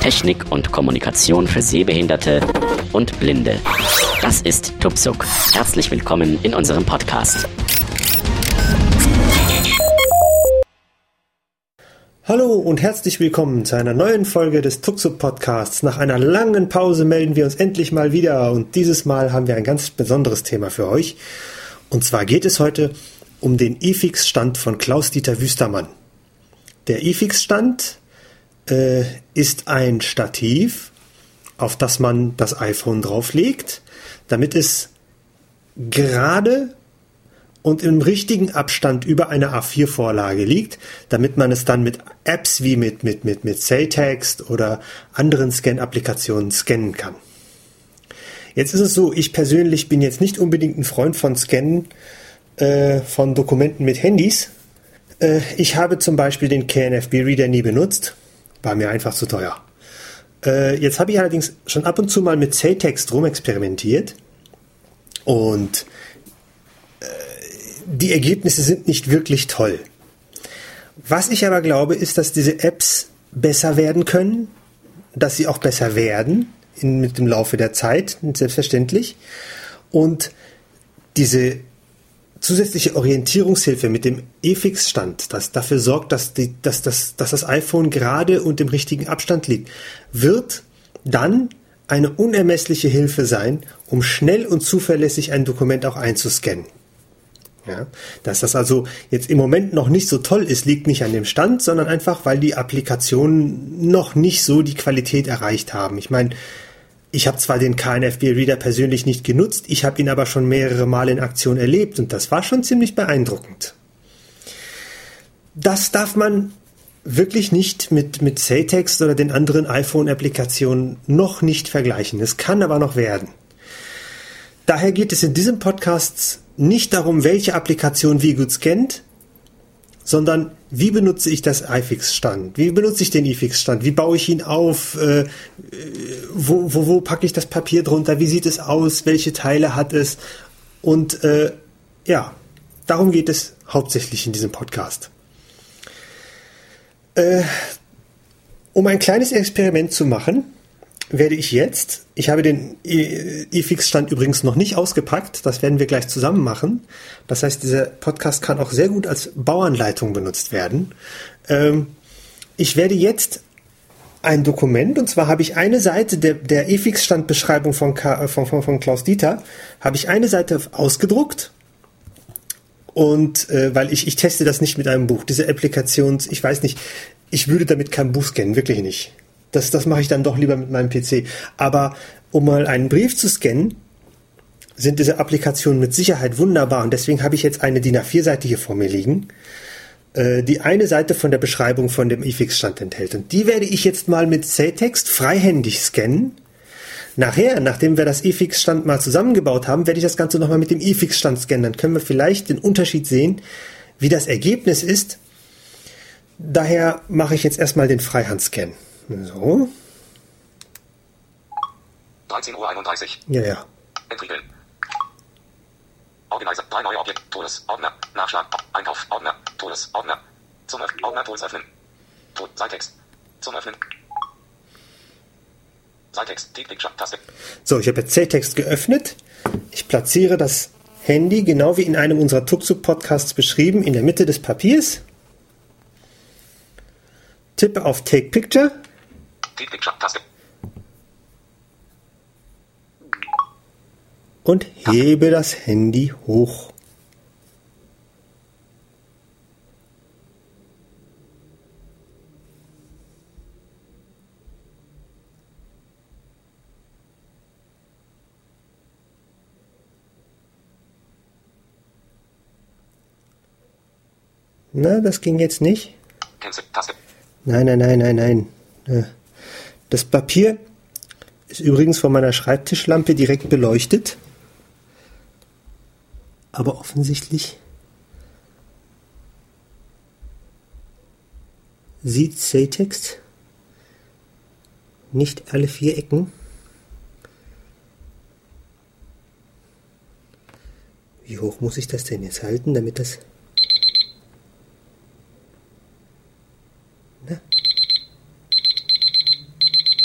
Technik und Kommunikation für Sehbehinderte und Blinde. Das ist Tupsuk. Herzlich willkommen in unserem Podcast. Hallo und herzlich willkommen zu einer neuen Folge des Tupsuk Podcasts. Nach einer langen Pause melden wir uns endlich mal wieder und dieses Mal haben wir ein ganz besonderes Thema für euch. Und zwar geht es heute um den iFix-Stand von Klaus-Dieter Wüstermann. Der iFix-Stand ist ein Stativ, auf das man das iPhone drauflegt, damit es gerade und im richtigen Abstand über einer A4-Vorlage liegt, damit man es dann mit Apps wie mit SayText oder anderen Scan-Applikationen scannen kann. Jetzt ist es so, ich persönlich bin jetzt nicht unbedingt ein Freund von Scannen von Dokumenten mit Handys. Ich habe zum Beispiel den KNFB-Reader nie benutzt, war mir einfach zu teuer. Jetzt habe ich allerdings schon ab und zu mal mit SayText rumexperimentiert und die Ergebnisse sind nicht wirklich toll. Was ich aber glaube, ist, dass diese Apps besser werden können, dass sie auch besser werden mit dem Laufe der Zeit, selbstverständlich. Und diese zusätzliche Orientierungshilfe mit dem iFix-Stand, das dafür sorgt, dass das iPhone gerade und im richtigen Abstand liegt, wird dann eine unermessliche Hilfe sein, um schnell und zuverlässig ein Dokument auch einzuscannen. Ja, dass das also jetzt im Moment noch nicht so toll ist, liegt nicht an dem Stand, sondern einfach, weil die Applikationen noch nicht so die Qualität erreicht haben. Ich meine, ich habe zwar den KNFB-Reader persönlich nicht genutzt, ich habe ihn aber schon mehrere Mal in Aktion erlebt und das war schon ziemlich beeindruckend. Das darf man wirklich nicht mit SayText oder den anderen iPhone-Applikationen noch nicht vergleichen. Es kann aber noch werden. Daher geht es in diesem Podcast nicht darum, welche Applikation wie gut scannt, sondern wie benutze ich das iFix-Stand? Wie benutze ich den iFix-Stand? Wie baue ich ihn auf? Wo packe ich das Papier drunter? Wie sieht es aus? Welche Teile hat es? Und darum geht es hauptsächlich in diesem Podcast. Um ein kleines Experiment zu machen, werde ich jetzt, ich habe den iFix-Stand übrigens noch nicht ausgepackt, das werden wir gleich zusammen machen. Das heißt, dieser Podcast kann auch sehr gut als Bauanleitung benutzt werden. Ich werde jetzt ein Dokument, und zwar habe ich eine Seite der iFix-Stand-Beschreibung von Klaus-Dieter, habe ich eine Seite ausgedruckt. Und weil ich teste das nicht mit einem Buch, diese Applikations, ich weiß nicht, ich würde damit kein Buch scannen, wirklich nicht. Das mache ich dann doch lieber mit meinem PC. Aber um mal einen Brief zu scannen, sind diese Applikationen mit Sicherheit wunderbar. Und deswegen habe ich jetzt eine DIN A4-Seite hier vor mir liegen, die eine Seite von der Beschreibung von dem iFix-Stand enthält. Und die werde ich jetzt mal mit SayText freihändig scannen. Nachher, nachdem wir das iFix-Stand mal zusammengebaut haben, werde ich das Ganze nochmal mit dem iFix-Stand scannen. Dann können wir vielleicht den Unterschied sehen, wie das Ergebnis ist. Daher mache ich jetzt erstmal den Freihand-Scan. So. 13:31 Uhr. Ja. Entriegeln. Organizer. 3 neue Objekte. Tools. Ordner. Nachschlag. Einkauf. Ordner. Tools. Ordner. Zum Öffnen. Ordner. Tools öffnen. SayText. Zum Öffnen. SayText. Tick-Tick-Taste. So, ich habe jetzt SayText geöffnet. Ich platziere das Handy, genau wie in einem unserer Tupsuk-Podcasts beschrieben, in der Mitte des Papiers. Tippe auf Take Picture. Taste. Und hebe das Handy hoch. Na, das ging jetzt nicht. Taste. Nein. Das Papier ist übrigens von meiner Schreibtischlampe direkt beleuchtet. Aber offensichtlich sieht SayText nicht alle 4 Ecken. Wie hoch muss ich das denn jetzt halten, damit das... Na?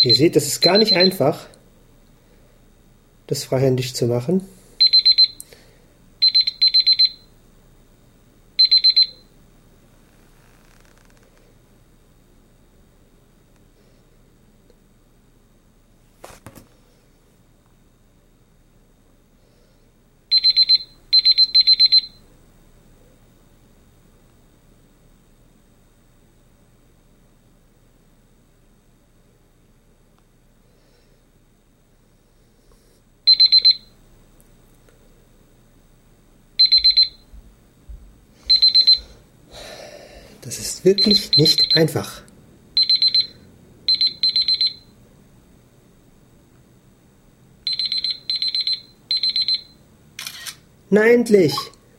Ihr seht, das ist gar nicht einfach, das freihändig zu machen. Das ist wirklich nicht einfach. Na endlich!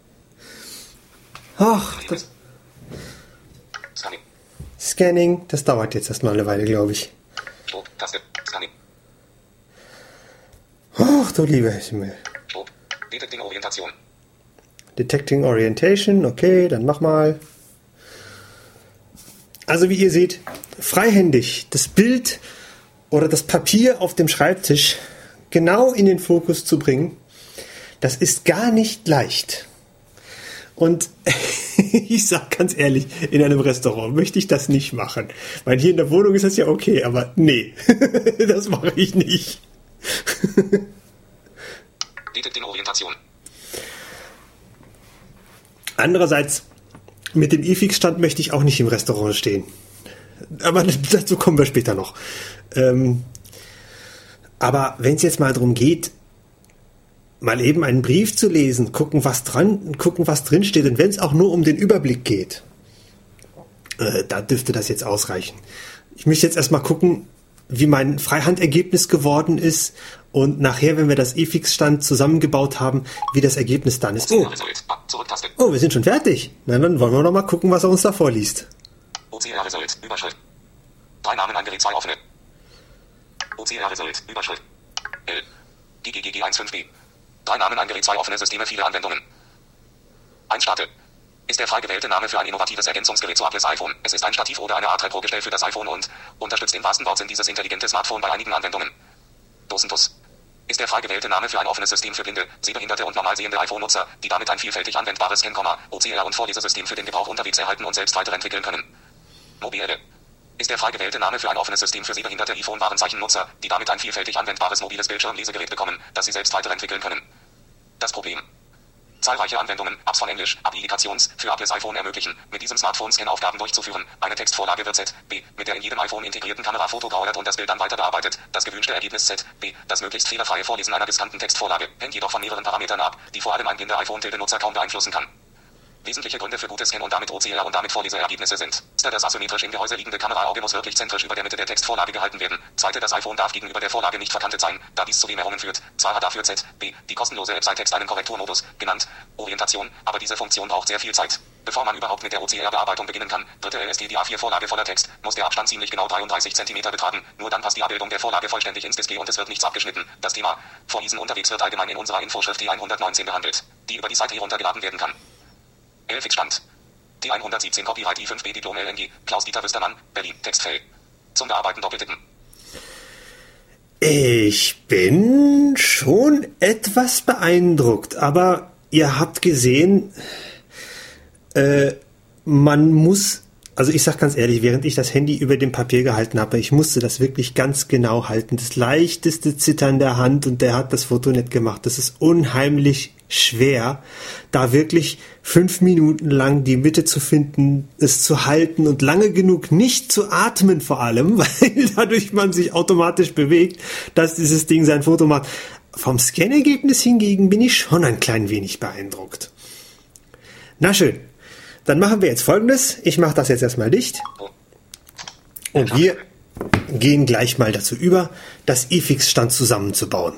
Ach, das Scanning, das dauert jetzt erstmal eine Weile, glaube ich. Stopp, Taste, Scanning. Ach du lieber Himmel. Stopp, Detecting Orientation. Detecting Orientation, okay, dann mach mal. Also wie ihr seht, freihändig das Bild oder das Papier auf dem Schreibtisch genau in den Fokus zu bringen, das ist gar nicht leicht. Und ich sage ganz ehrlich, in einem Restaurant möchte ich das nicht machen. Weil hier in der Wohnung ist das ja okay, aber nee, das mache ich nicht. Detecting Orientation. Andererseits, mit dem IFIX-Stand möchte ich auch nicht im Restaurant stehen. Aber dazu kommen wir später noch. Aber wenn es jetzt mal darum geht, mal eben einen Brief zu lesen, gucken, was drin steht, und wenn es auch nur um den Überblick geht, da dürfte das jetzt ausreichen. Ich möchte jetzt erstmal gucken, wie mein Freihandergebnis geworden ist und nachher, wenn wir das IFIX-Stand zusammengebaut haben, wie das Ergebnis dann ist. Oh, wir sind schon fertig. Na, dann wollen wir noch mal gucken, was er uns da vorliest. OCR Result, Überschrift. 3 Namen, ein Gerät, 2 offene. OCR Result, Überschrift. L. GGGG 15b. 3 Namen, ein Gerät, 2 offene Systeme, viele Anwendungen. 1 Starte. Ist der frei gewählte Name für ein innovatives Ergänzungsgerät zu Apples iPhone. Es ist ein Stativ oder eine Art Retrogestell für das iPhone und unterstützt im wahrsten Wortsinn dieses intelligente Smartphone bei einigen Anwendungen. Dosentus. Ist der frei gewählte Name für ein offenes System für blinde, sehbehinderte und normalsehende iPhone-Nutzer, die damit ein vielfältig anwendbares Scan, OCR und Vorlesesystem für den Gebrauch unterwegs erhalten und selbst weiterentwickeln können. Mobile. Ist der frei gewählte Name für ein offenes System für sehbehinderte iPhone-Warenzeichen-Nutzer, die damit ein vielfältig anwendbares mobiles Bildschirmlesegerät bekommen, das sie selbst weiterentwickeln können. Das Problem. Zahlreiche Anwendungen, Apps von Englisch, Applikations, für Apples iPhone ermöglichen, mit diesem Smartphone Scan-Aufgaben durchzuführen. Eine Textvorlage wird ZB, mit der in jedem iPhone integrierten Kamerafoto geordert und das Bild dann weiter bearbeitet. Das gewünschte Ergebnis ZB, das möglichst fehlerfreie Vorlesen einer gescannten Textvorlage, hängt jedoch von mehreren Parametern ab, die vor allem ein blinder iPhone-Nutzer kaum beeinflussen kann. Wesentliche Gründe für gutes Scan und damit OCR und damit Vorleseergebnisse sind: das asymmetrisch im Gehäuse liegende Kameraauge muss wirklich zentrisch über der Mitte der Textvorlage gehalten werden. Zweite, das iPhone darf gegenüber der Vorlage nicht verkantet sein, da dies zu Wehmärungen führt. Zwar hat dafür ZB, die kostenlose App Text einen Korrekturmodus, genannt Orientation, aber diese Funktion braucht sehr viel Zeit. Bevor man überhaupt mit der OCR-Bearbeitung beginnen kann, dritte LSD die A4-Vorlage voller Text, muss der Abstand ziemlich genau 33 cm betragen, nur dann passt die Abbildung der Vorlage vollständig ins Display und es wird nichts abgeschnitten. Das Thema Vorlesen unterwegs wird allgemein in unserer Infoschrift T119 behandelt, die über die Seite heruntergeladen werden kann. L-Fix-Stand. T117 Copyright I5B Diplom LNG, Klaus-Dieter Wüstermann, Berlin, Textfeld. Zum Bearbeiten doppeltippen. Ich bin schon etwas beeindruckt, aber ihr habt gesehen, man muss, also ich sag ganz ehrlich, während ich das Handy über dem Papier gehalten habe, ich musste das wirklich ganz genau halten. Das leichteste Zittern der Hand und der hat das Foto nicht gemacht. Das ist unheimlich schwer, da wirklich 5 Minuten lang die Mitte zu finden, es zu halten und lange genug nicht zu atmen vor allem, weil dadurch man sich automatisch bewegt, dass dieses Ding sein Foto macht. Vom Scannergebnis hingegen bin ich schon ein klein wenig beeindruckt. Na schön, dann machen wir jetzt Folgendes. Ich mache das jetzt erstmal dicht und wir gehen gleich mal dazu über, das IFIX-Stand zusammenzubauen.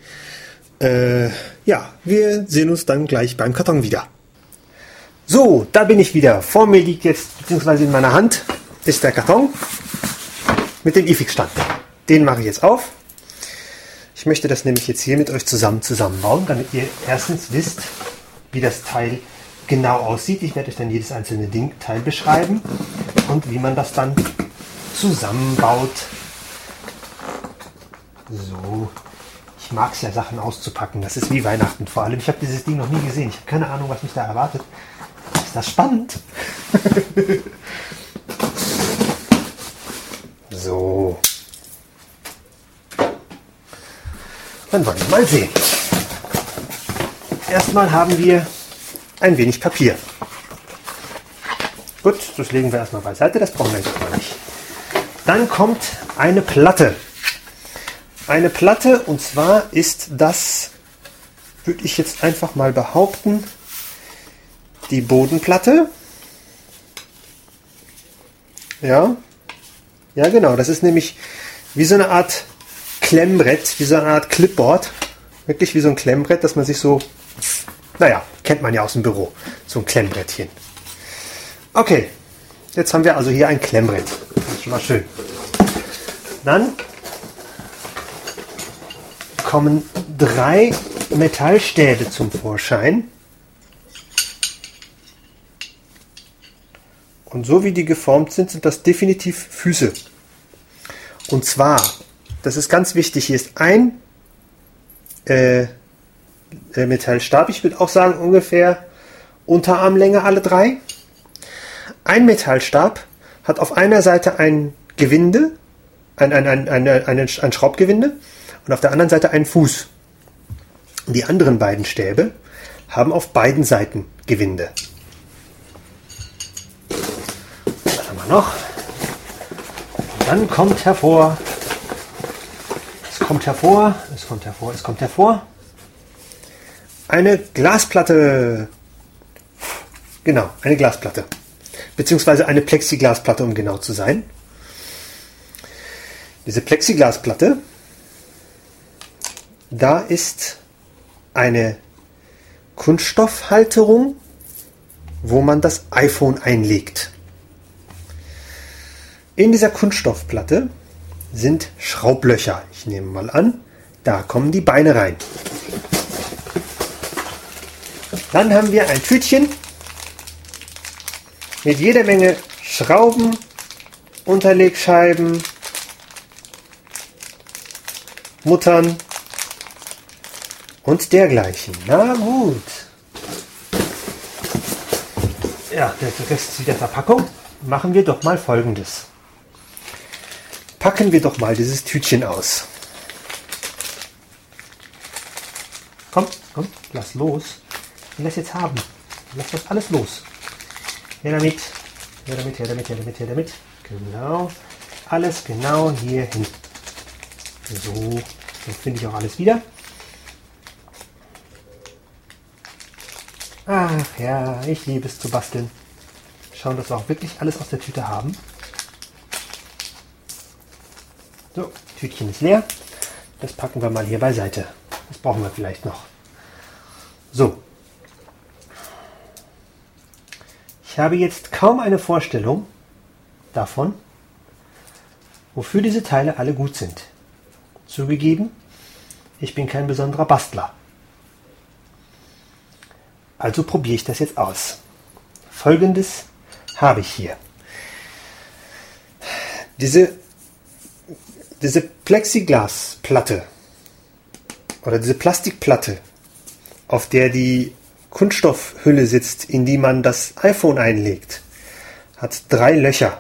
Ja, wir sehen uns dann gleich beim Karton wieder. So, da bin ich wieder. Vor mir liegt jetzt, beziehungsweise in meiner Hand, ist der Karton mit dem IFIX-Stand. Den mache ich jetzt auf. Ich möchte das nämlich jetzt hier mit euch zusammenbauen, damit ihr erstens wisst, wie das Teil genau aussieht. Ich werde euch dann jedes einzelne Teil beschreiben und wie man das dann zusammenbaut. So. Ich mag es ja, Sachen auszupacken. Das ist wie Weihnachten. Vor allem, ich habe dieses Ding noch nie gesehen. Ich habe keine Ahnung, was mich da erwartet. Ist das spannend? So. Dann wollen wir mal sehen. Erstmal haben wir ein wenig Papier. Gut, das legen wir erstmal beiseite. Das brauchen wir jetzt mal nicht. Dann kommt eine Platte. Eine Platte, und zwar ist das, würde ich jetzt einfach mal behaupten, die Bodenplatte. Ja, ja genau, das ist nämlich wie so eine Art Klemmbrett, wie so eine Art Clipboard. Wirklich wie so ein Klemmbrett, dass man sich so, naja, kennt man ja aus dem Büro, so ein Klemmbrettchen. Okay, jetzt haben wir also hier ein Klemmbrett. Das ist schon mal schön. Dann kommen 3 Metallstäbe zum Vorschein. Und so wie die geformt sind, sind das definitiv Füße. Und zwar, das ist ganz wichtig, hier ist ein Metallstab. Ich würde auch sagen ungefähr Unterarmlänge alle 3. Ein Metallstab hat auf einer Seite ein Gewinde, ein Schraubgewinde, und auf der anderen Seite einen Fuß. Die anderen beiden Stäbe haben auf beiden Seiten Gewinde. Was haben wir noch? Und dann kommt hervor, es kommt hervor, eine Glasplatte. Genau, eine Glasplatte. Beziehungsweise eine Plexiglasplatte, um genau zu sein. Diese Plexiglasplatte, da ist eine Kunststoffhalterung, wo man das iPhone einlegt. In dieser Kunststoffplatte sind Schraublöcher. Ich nehme mal an, da kommen die Beine rein. Dann haben wir ein Tütchen mit jeder Menge Schrauben, Unterlegscheiben, Muttern und dergleichen. Na gut. Ja, der Rest der Verpackung. Machen wir doch mal Folgendes. Packen wir doch mal dieses Tütchen aus. Komm, lass los. Ich will das jetzt haben. Lass das alles los. Her damit. Genau. Alles genau hier hin. So, dann finde ich auch alles wieder. Ach ja, ich liebe es zu basteln. Schauen, dass wir auch wirklich alles aus der Tüte haben. So, Tütchen ist leer. Das packen wir mal hier beiseite. Das brauchen wir vielleicht noch. So. Ich habe jetzt kaum eine Vorstellung davon, wofür diese Teile alle gut sind. Zugegeben, ich bin kein besonderer Bastler. Also probiere ich das jetzt aus. Folgendes habe ich hier. Diese Plexiglasplatte oder diese Plastikplatte, auf der die Kunststoffhülle sitzt, in die man das iPhone einlegt, hat 3 Löcher.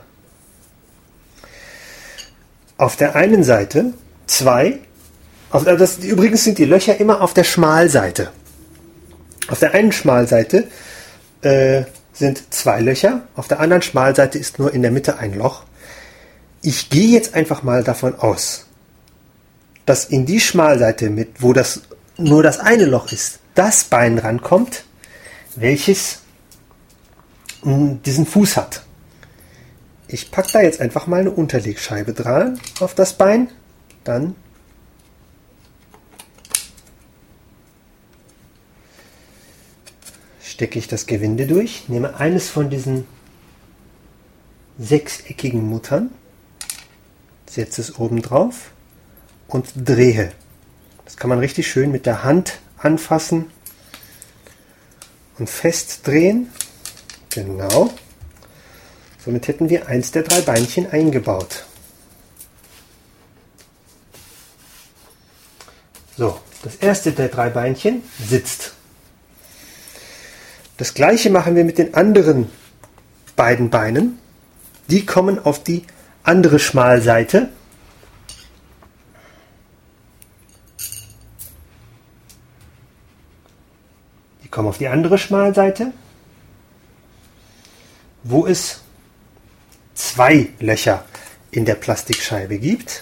Auf der einen Seite 2, übrigens sind die Löcher immer auf der Schmalseite. Auf der einen Schmalseite sind 2 Löcher, auf der anderen Schmalseite ist nur in der Mitte ein Loch. Ich gehe jetzt einfach mal davon aus, dass in die Schmalseite, wo das nur das eine Loch ist, das Bein rankommt, welches diesen Fuß hat. Ich packe da jetzt einfach mal eine Unterlegscheibe dran auf das Bein, dann stecke ich das Gewinde durch, nehme eines von diesen 6-eckigen Muttern, setze es oben drauf und drehe. Das kann man richtig schön mit der Hand anfassen und festdrehen. Genau. Somit hätten wir eins der 3 Beinchen eingebaut. So, das erste der 3 Beinchen sitzt. Das gleiche machen wir mit den anderen beiden Beinen. Die kommen auf die andere Schmalseite. Die kommen auf die andere Schmalseite, wo es 2 Löcher in der Plastikscheibe gibt.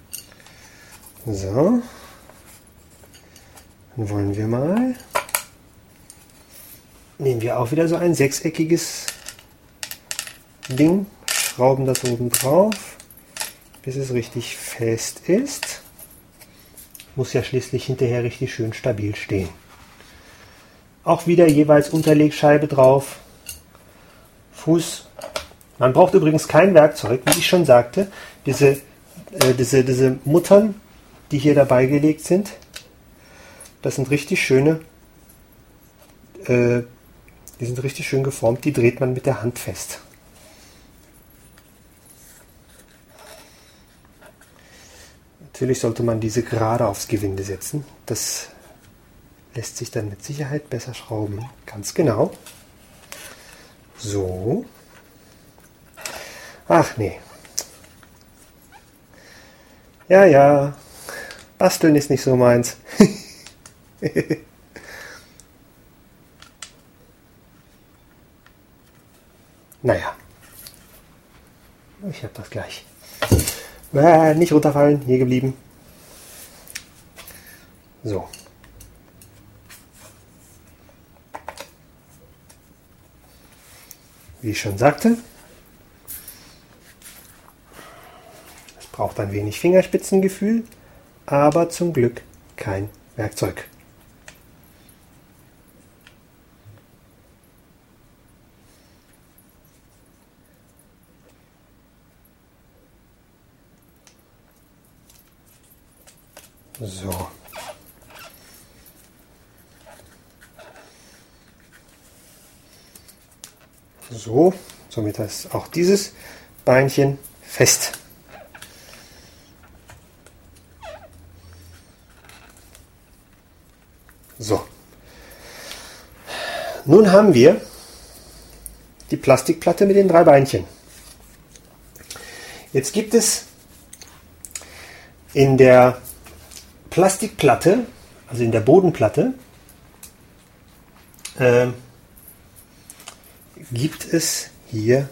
So, dann wollen wir mal, nehmen wir auch wieder so ein sechseckiges Ding, schrauben das oben drauf, bis es richtig fest ist. Muss ja schließlich hinterher richtig schön stabil stehen. Auch wieder jeweils Unterlegscheibe drauf, Fuß. Man braucht übrigens kein Werkzeug, wie ich schon sagte. Diese Muttern, die hier dabei gelegt sind, das sind richtig schöne, die sind richtig schön geformt, die dreht man mit der Hand fest. Natürlich sollte man diese gerade aufs Gewinde setzen. Das lässt sich dann mit Sicherheit besser schrauben. Ganz genau. So. Ach nee. Ja, ja. Basteln ist nicht so meins. Naja. Ich habe das gleich. Nicht runterfallen. Hier geblieben. So. Wie ich schon sagte, es braucht ein wenig Fingerspitzengefühl, aber zum Glück kein Werkzeug. So. So, somit ist auch dieses Beinchen fest. So. Nun haben wir die Plastikplatte mit den 3 Beinchen. Jetzt gibt es in der Plastikplatte, also in der Bodenplatte, gibt es hier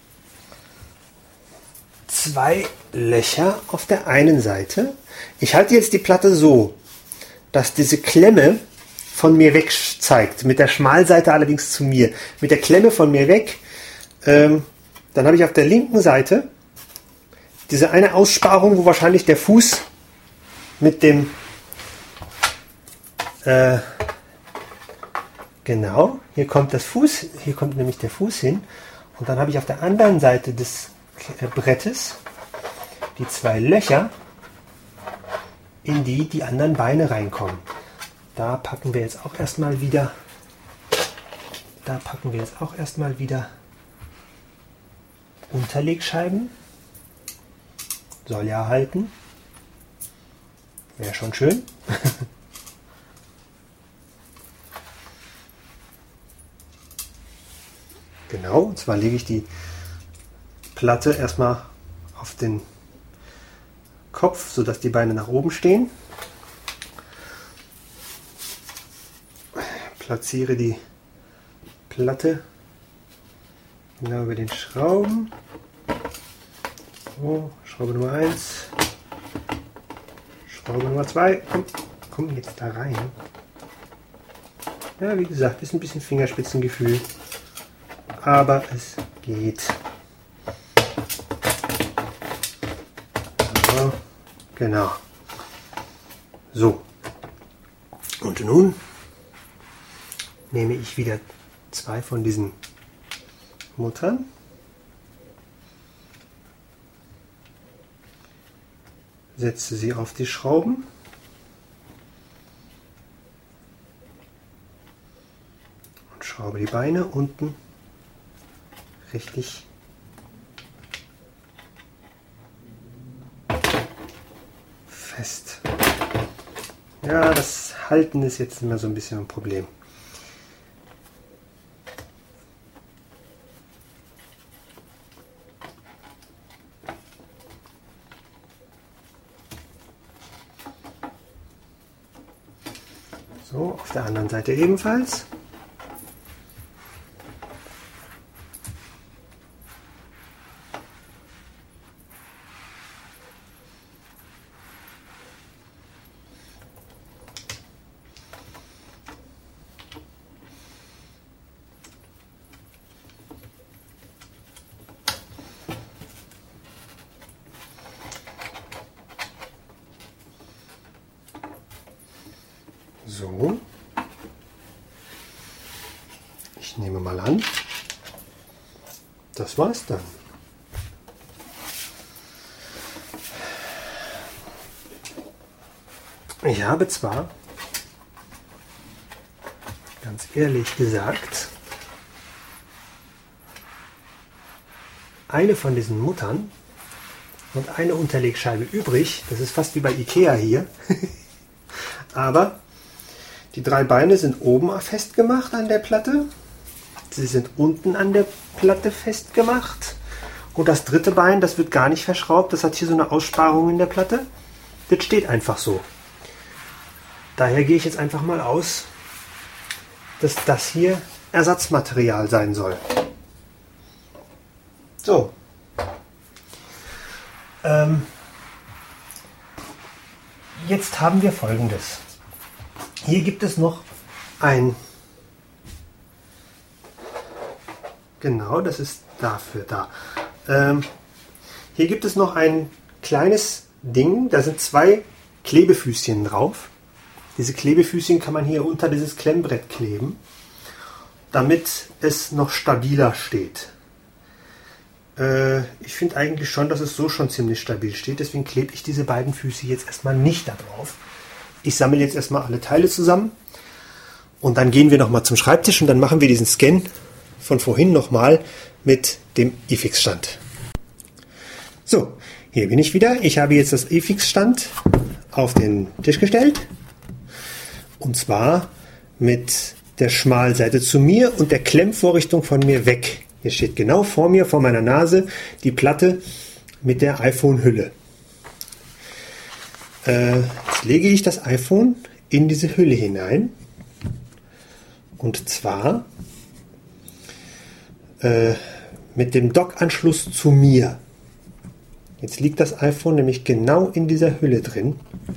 2 Löcher auf der einen Seite. Ich halte jetzt die Platte so, dass diese Klemme von mir weg zeigt, mit der Schmalseite allerdings zu mir. Mit der Klemme von mir weg, dann habe ich auf der linken Seite diese eine Aussparung, wo wahrscheinlich der Fuß mit dem genau, hier kommt das Fuß, hier kommt nämlich der Fuß hin und dann habe ich auf der anderen Seite des Brettes die 2 Löcher, in die die anderen Beine reinkommen. Da packen wir jetzt auch erstmal wieder Unterlegscheiben. Soll ja halten. Wäre schon schön. Genau, und zwar lege ich die Platte erstmal auf den Kopf, sodass die Beine nach oben stehen. Platziere die Platte genau über den Schrauben. So, Schraube Nummer 1, Schraube Nummer 2. Komm jetzt da rein. Ja, wie gesagt, ist ein bisschen Fingerspitzengefühl, aber es geht. So, genau. So. Und nun nehme ich wieder 2 von diesen Muttern. Setze sie auf die Schrauben. Und schraube die Beine unten richtig fest. Ja, das Halten ist jetzt immer so ein bisschen ein Problem. So, auf der anderen Seite ebenfalls. So, ich nehme mal an, das war's dann. Ich habe zwar, ganz ehrlich gesagt, eine von diesen Muttern und eine Unterlegscheibe übrig. Das ist fast wie bei Ikea hier. Aber die 3 Beine sind oben festgemacht an der Platte. Sie sind unten an der Platte festgemacht. Und das 3. Bein, das wird gar nicht verschraubt. Das hat hier so eine Aussparung in der Platte. Das steht einfach so. Daher gehe ich jetzt einfach mal aus, dass das hier Ersatzmaterial sein soll. So. Jetzt haben wir Folgendes. Hier gibt es noch ein... Genau, das ist dafür da. Hier gibt es noch ein kleines Ding. Da sind 2 Klebefüßchen drauf. Diese Klebefüßchen kann man hier unter dieses Klemmbrett kleben, damit es noch stabiler steht. Ich finde eigentlich schon, dass es so schon ziemlich stabil steht. Deswegen klebe ich diese beiden Füße jetzt erstmal nicht da drauf. Ich sammle jetzt erstmal alle Teile zusammen und dann gehen wir nochmal zum Schreibtisch und dann machen wir diesen Scan von vorhin nochmal mit dem iFix-Stand. So, hier bin ich wieder. Ich habe jetzt das iFix-Stand auf den Tisch gestellt und zwar mit der Schmalseite zu mir und der Klemmvorrichtung von mir weg. Hier steht genau vor mir, vor meiner Nase, die Platte mit der iPhone-Hülle. Jetzt lege ich das iPhone in diese Hülle hinein. Und zwar mit dem Dockanschluss zu mir. Jetzt liegt das iPhone nämlich genau in dieser Hülle drin.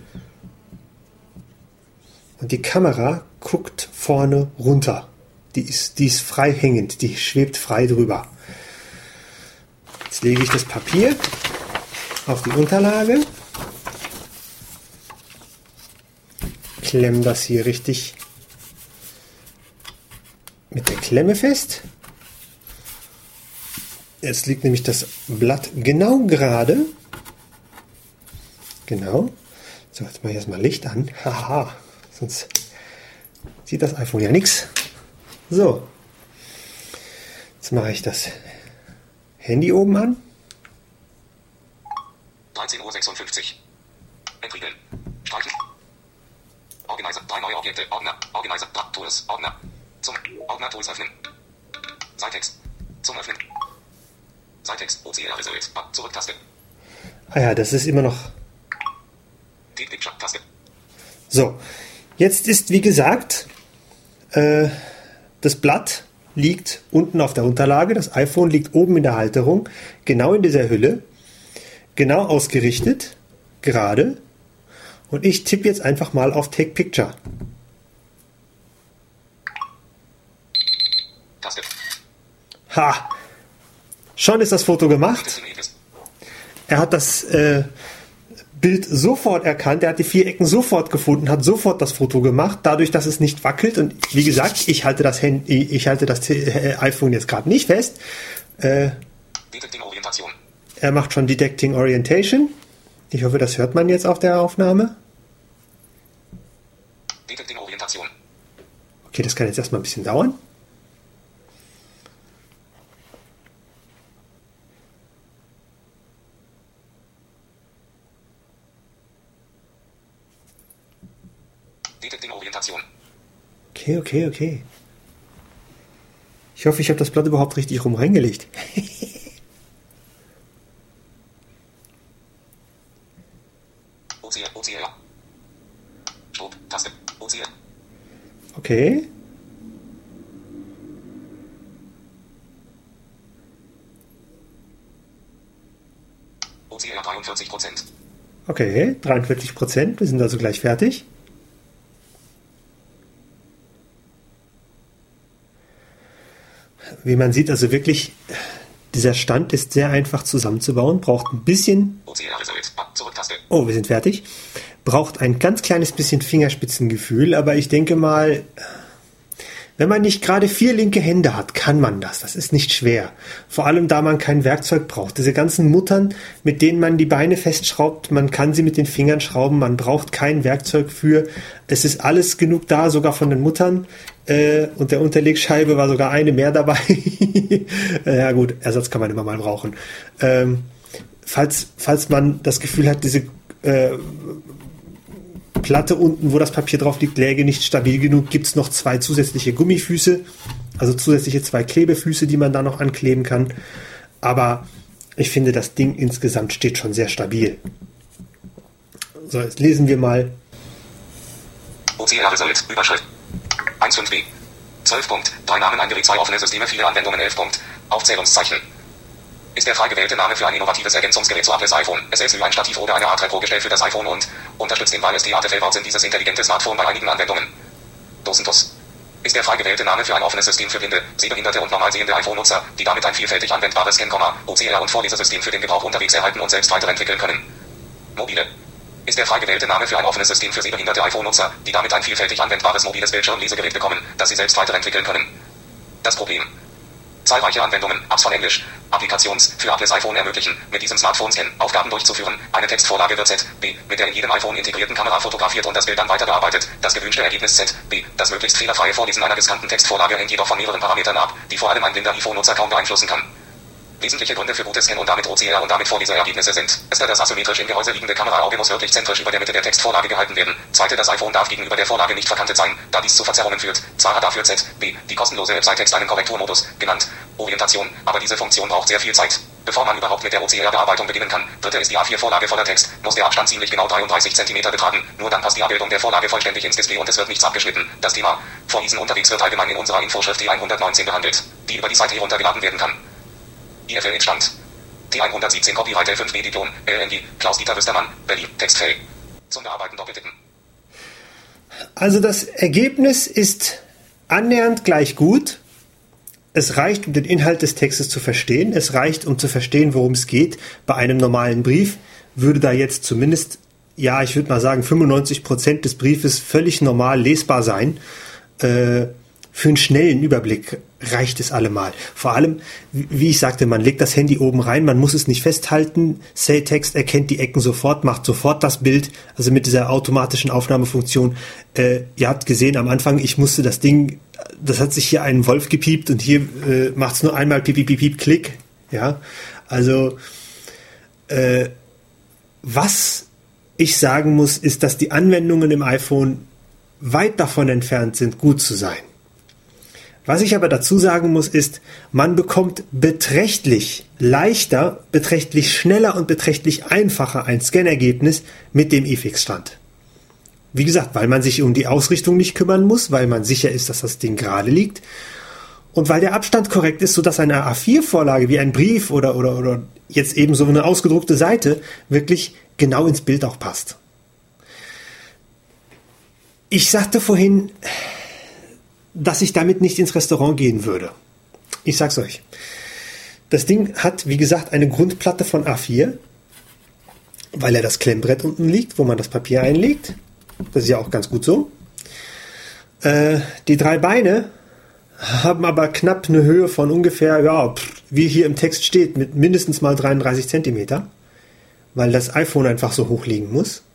Und die Kamera guckt vorne runter. Die ist frei hängend, die schwebt frei drüber. Jetzt lege ich das Papier auf die Unterlage. Klemme das hier richtig mit der Klemme fest. Jetzt liegt nämlich das Blatt genau gerade. Genau. So, jetzt mache ich erstmal Licht an. Haha, sonst sieht das iPhone ja nichts. So. Jetzt mache ich das Handy oben an. 13:56 Uhr. Entriegeln. Streichen. Organizer. 3 neue Objekte. Ordner. Organizer. Tools. Ordner. Zum Ordner Tools öffnen. Zeittext. Zum Öffnen. Zeittext. OCR Result. Zurücktaste. Ah ja, das ist immer noch. Deep Picture Taste. So. Jetzt ist, wie gesagt, das Blatt liegt unten auf der Unterlage. Das iPhone liegt oben in der Halterung. Genau in dieser Hülle. Genau ausgerichtet. Gerade. Und ich tippe jetzt einfach mal auf Take Picture. Taste. Ha! Schon ist das Foto gemacht. Er hat das Bild sofort erkannt. Er hat die 4 Ecken sofort gefunden, hat sofort das Foto gemacht, dadurch, dass es nicht wackelt. Und wie gesagt, ich halte das iPhone jetzt gerade nicht fest. Detecting Orientation. Er macht schon Detecting Orientation. Ich hoffe, das hört man jetzt auf der Aufnahme. Detecting Orientation. Okay, das kann jetzt erstmal ein bisschen dauern. Detecting Orientation. Okay. Ich hoffe, ich habe das Blatt überhaupt richtig rum reingelegt. OCR. Stopp, Taste. OCR. Okay. OCR 43%. Okay, 43%. Wir sind also gleich fertig. Wie man sieht, also wirklich, dieser Stand ist sehr einfach zusammenzubauen, braucht ein bisschen... OCR Result. Zurücktaste. Oh, wir sind fertig. Braucht ein ganz kleines bisschen Fingerspitzengefühl, aber ich denke mal, wenn man nicht gerade 4 linke Hände hat, kann man das. Das ist nicht schwer. Vor allem, da man kein Werkzeug braucht. Diese ganzen Muttern, mit denen man die Beine festschraubt, man kann sie mit den Fingern schrauben, man braucht kein Werkzeug für. Es ist alles genug da, sogar von den Muttern. Und der Unterlegscheibe war sogar eine mehr dabei. Ja gut, Ersatz kann man immer mal brauchen. Falls man das Gefühl hat, diese Platte unten, wo das Papier drauf liegt, läge nicht stabil genug, gibt es noch 2 zusätzliche Gummifüße, also zusätzliche 2 Klebefüße, die man da noch ankleben kann. Aber ich finde, das Ding insgesamt steht schon sehr stabil. So, jetzt lesen wir mal. OCR Result. Überschrift. 1.5b. 12. 3 Namen eingeregt, 2 offene Systeme, viele Anwendungen, 11. Aufzählungszeichen. Ist der frei gewählte Name für ein innovatives Ergänzungsgerät zu Apples iPhone. Es ist wie ein Stativ oder eine Art Repro-Gestell für das iPhone und unterstützt den BIOS-Artefellbaut in dieses intelligente Smartphone bei einigen Anwendungen. Dosentus. Ist der frei gewählte Name für ein offenes System für blinde, sehbehinderte und normal sehende iPhone-Nutzer, die damit ein vielfältig anwendbares Scan, OCR und Vorlesesystem für den Gebrauch unterwegs erhalten und selbst weiterentwickeln können. Mobile. Ist der frei gewählte Name für ein offenes System für sehbehinderte iPhone-Nutzer, die damit ein vielfältig anwendbares mobiles Bildschirmlesegerät bekommen, das sie selbst weiterentwickeln können. Das Problem. Zahlreiche Anwendungen, Apps von Englisch, Applikations für Apples iPhone ermöglichen, mit diesem Smartphone-Scan Aufgaben durchzuführen. Eine Textvorlage wird ZB, mit der in jedem iPhone integrierten Kamera fotografiert und das Bild dann weitergearbeitet. Das gewünschte Ergebnis ZB, das möglichst fehlerfreie Vorlesen einer gescannten Textvorlage hängt jedoch von mehreren Parametern ab, die vor allem ein blinder iPhone-Nutzer kaum beeinflussen kann. Wesentliche Gründe für gutes Scan und damit OCR und damit Vorleseergebnisse sind: Erster, das asymmetrisch im Gehäuse liegende Kameraauge muss wirklich zentrisch über der Mitte der Textvorlage gehalten werden. Zweite, das iPhone darf gegenüber der Vorlage nicht verkantet sein, da dies zu Verzerrungen führt. Zwar hat dafür ZB, die kostenlose Website Text einen Korrekturmodus, genannt Orientation, aber diese Funktion braucht sehr viel Zeit. Bevor man überhaupt mit der OCR-Bearbeitung beginnen kann, dritte ist die A4-Vorlage voller Text, muss der Abstand ziemlich genau 33 cm betragen, nur dann passt die Abbildung der Vorlage vollständig ins Display und es wird nichts abgeschnitten. Das Thema Vorlesen unterwegs wird allgemein in unserer Infoschrift T119 behandelt, die über die Seite heruntergeladen werden kann. IFL-Instand. T117 Copyright L5B Diplom, LNG, Klaus-Dieter Wüstermann, Berlin, Textfeld. Zum Bearbeiten doppeltippen. Also das Ergebnis ist annähernd gleich gut. Es reicht, um den Inhalt des Textes zu verstehen. Es reicht, um zu verstehen, worum es geht. Bei einem normalen Brief würde da jetzt zumindest, ja, ich würde mal sagen, 95% des Briefes völlig normal lesbar sein. Für einen schnellen Überblick reicht es allemal. Vor allem, wie ich sagte, man legt das Handy oben rein, man muss es nicht festhalten. Say-Text erkennt die Ecken sofort, macht sofort das Bild, also mit dieser automatischen Aufnahmefunktion. Ihr habt gesehen am Anfang, ich musste das Ding, das hat sich hier ein Wolf gepiept und hier macht es nur einmal piep, piep, piep, piep, klick. Ja, also was ich sagen muss, ist, dass die Anwendungen im iPhone weit davon entfernt sind, gut zu sein. Was ich aber dazu sagen muss, ist, man bekommt beträchtlich leichter, beträchtlich schneller und beträchtlich einfacher ein Scannergebnis mit dem iFix-Stand. Wie gesagt, weil man sich um die Ausrichtung nicht kümmern muss, weil man sicher ist, dass das Ding gerade liegt und weil der Abstand korrekt ist, sodass eine A4-Vorlage wie ein Brief oder jetzt eben so eine ausgedruckte Seite wirklich genau ins Bild auch passt. Ich sagte vorhin, dass ich damit nicht ins Restaurant gehen würde. Ich sag's euch. Das Ding hat, wie gesagt, eine Grundplatte von A4, weil das Klemmbrett unten liegt, wo man das Papier einlegt. Das ist ja auch ganz gut so. Die 3 Beine haben aber knapp eine Höhe von ungefähr, ja, wie hier im Text steht, mit mindestens mal 33 cm, weil das iPhone einfach so hoch liegen muss.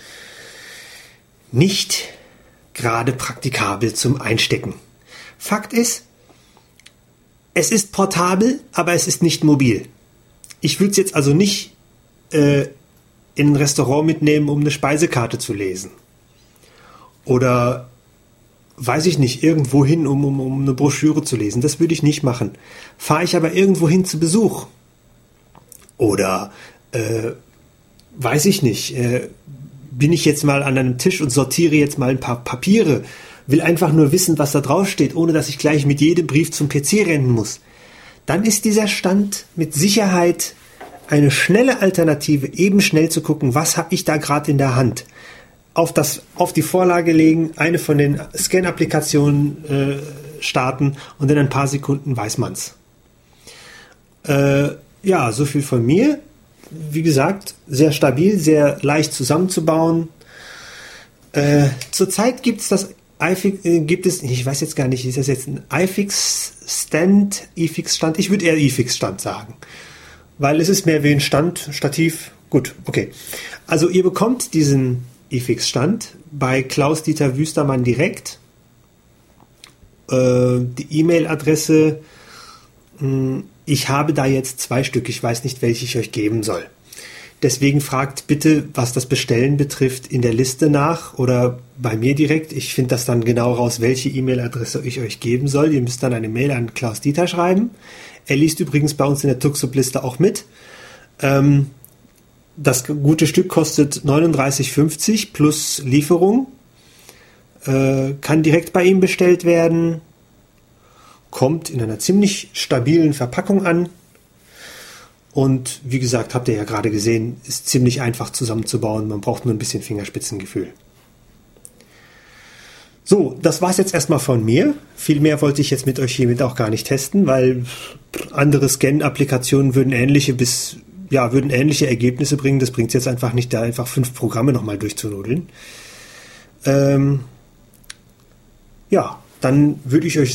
Nicht gerade praktikabel zum Einstecken. Fakt ist, es ist portabel, aber es ist nicht mobil. Ich würde es jetzt also nicht in ein Restaurant mitnehmen, um eine Speisekarte zu lesen. oder weiß ich nicht, irgendwo hin, um eine Broschüre zu lesen. Das würde ich nicht machen. Fahre ich aber irgendwo hin zu Besuch oder weiß ich nicht, bin ich jetzt mal an einem Tisch und sortiere jetzt mal ein paar Papiere, will einfach nur wissen, was da drauf steht, ohne dass ich gleich mit jedem Brief zum PC rennen muss, dann ist dieser Stand mit Sicherheit eine schnelle Alternative, eben schnell zu gucken, was habe ich da gerade in der Hand. Auf die Vorlage legen, eine von den Scan-Applikationen starten und in ein paar Sekunden weiß man's. Ja, so viel von mir. Wie gesagt, sehr stabil, sehr leicht zusammenzubauen. Zurzeit gibt es ich weiß jetzt gar nicht, ist das jetzt ein iFix-Stand? Ich würde eher iFix-Stand sagen. Weil es ist mehr wie ein Stand, Stativ. Gut, okay. Also ihr bekommt diesen iFix-Stand bei Klaus-Dieter Wüstermann direkt. Die E-Mail-Adresse, ich habe da jetzt 2 Stück, ich weiß nicht, welche ich euch geben soll. Deswegen fragt bitte, was das Bestellen betrifft, in der Liste nach oder bei mir direkt. Ich finde das dann genau raus, welche E-Mail-Adresse ich euch geben soll. Ihr müsst dann eine Mail an Klaus Dieter schreiben. Er liest übrigens bei uns in der Tuxup-Liste auch mit. Das gute Stück kostet 39,50 plus Lieferung. Kann direkt bei ihm bestellt werden. Kommt in einer ziemlich stabilen Verpackung an. Und wie gesagt, habt ihr ja gerade gesehen, ist ziemlich einfach zusammenzubauen. Man braucht nur ein bisschen Fingerspitzengefühl. So, das war's jetzt erstmal von mir. Viel mehr wollte ich jetzt mit euch hiermit auch gar nicht testen, weil andere Scan-Applikationen würden ähnliche Ergebnisse bringen. Das bringt es jetzt einfach nicht, da einfach 5 Programme nochmal durchzunudeln. Ja, dann wünsche ich euch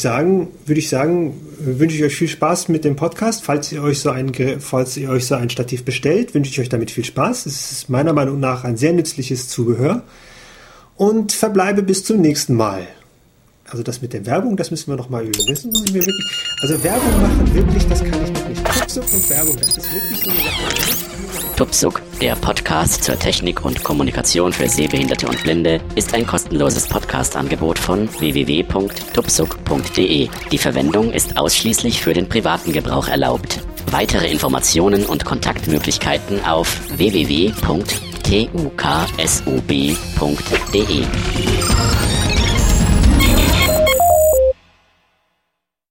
viel Spaß mit dem Podcast. Falls ihr euch so ein Stativ bestellt, wünsche ich euch damit viel Spaß. Es ist meiner Meinung nach ein sehr nützliches Zubehör. Und verbleibe bis zum nächsten Mal. Also das mit der Werbung, das müssen wir noch mal üben. Das muss ich mir wirklich, also Werbung machen, wirklich, das kann ich noch nicht. Tupsup und Werbung, das ist wirklich so eine Sache. Tupsup, der Podcast zur Technik und Kommunikation für Sehbehinderte und Blinde, ist ein kostenloses Podcast-Angebot von www.tupsup.de. Die Verwendung ist ausschließlich für den privaten Gebrauch erlaubt. Weitere Informationen und Kontaktmöglichkeiten auf www.tuksub.de.